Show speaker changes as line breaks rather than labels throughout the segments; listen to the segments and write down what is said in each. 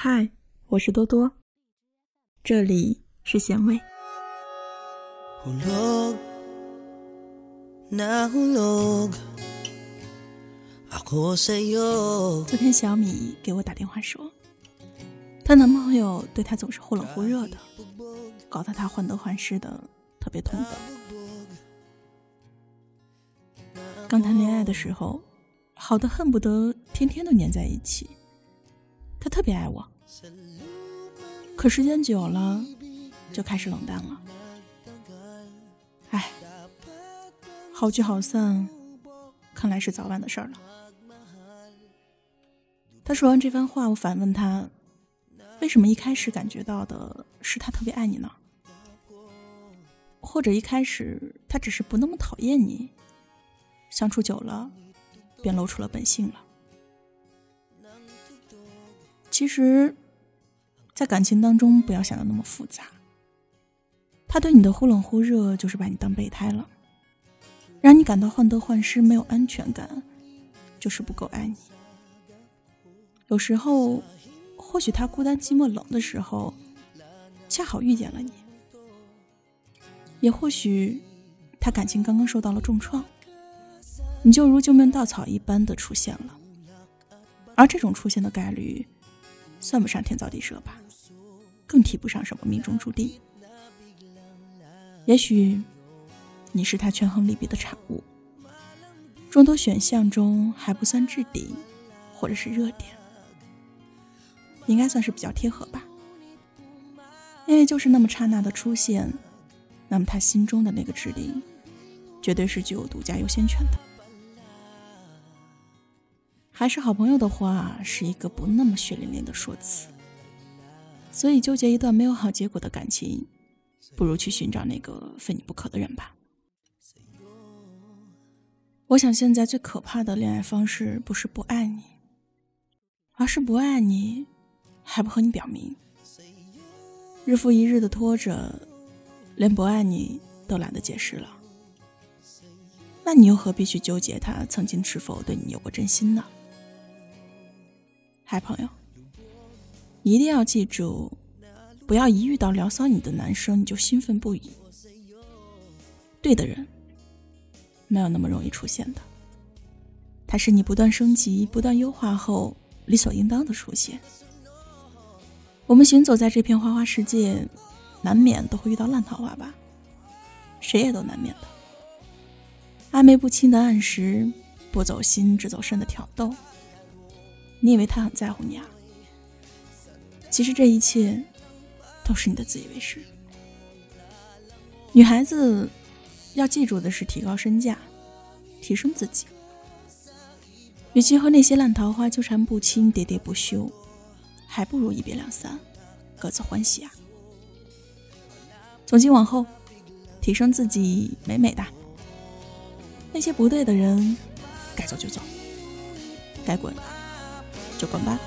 嗨，我是多多，这里是咸味。昨天小米给我打电话说，她男朋友对她总是忽冷忽热的，搞得她患得患失的，特别痛的。刚谈恋爱的时候，好的恨不得天天都黏在一起，他特别爱我，可时间久了就开始冷淡了。好聚好散，看来是早晚的事儿了。他说完这番话，我反问他，为什么一开始感觉到的是他特别爱你呢？或者一开始他只是不那么讨厌你，相处久了便露出了本性了。其实在感情当中不要想得那么复杂，他对你的忽冷忽热就是把你当备胎了，让你感到患得患失，没有安全感，就是不够爱你。有时候或许他孤单寂寞冷的时候恰好遇见了你，也或许他感情刚刚受到了重创，你就如救命稻草一般的出现了，而这种出现的概率算不上天造地设吧，更提不上什么命中注定。也许你是他权衡利弊的产物，众多选项中还不算置顶或者是热点，应该算是比较贴合吧。因为就是那么刹那的出现，那么他心中的那个置顶绝对是具有独家优先权的。还是好朋友的话是一个不那么血淋淋的说辞，所以纠结一段没有好结果的感情，不如去寻找那个非你不可的人吧。我想现在最可怕的恋爱方式不是不爱你，而是不爱你还不和你表明，日复一日的拖着，连不爱你都懒得解释了。那你又何必去纠结他曾经是否对你有过真心呢？嗨，朋友，你一定要记住，不要一遇到聊骚你的男生你就兴奋不已。对的人没有那么容易出现的，它是你不断升级不断优化后理所应当的出现。我们行走在这片花花世界，难免都会遇到烂桃花吧，谁也都难免的。暧昧不清的暗示，不走心只走肾的挑逗，你以为他很在乎你啊？其实这一切都是你的自以为是。女孩子要记住的是提高身价，提升自己。与其和那些烂桃花纠缠不清喋喋不休，还不如一别两散，各自欢喜啊。从今往后提升自己美美的，那些不对的人该走就走，该滚就滚吧。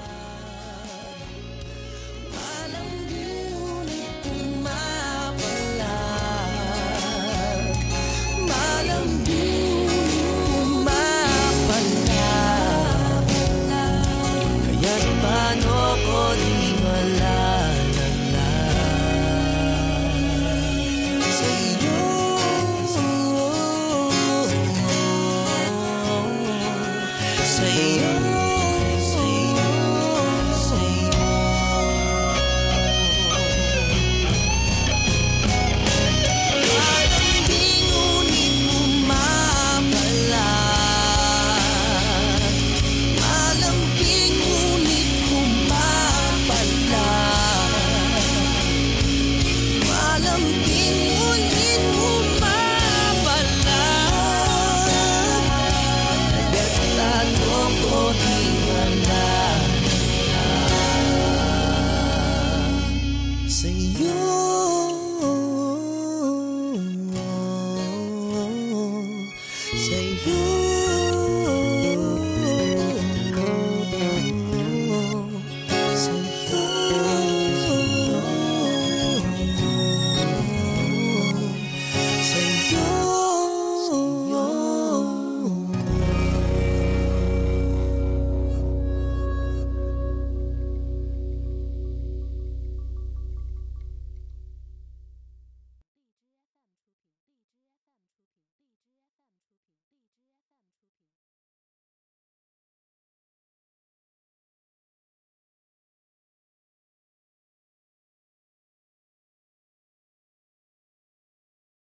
Say you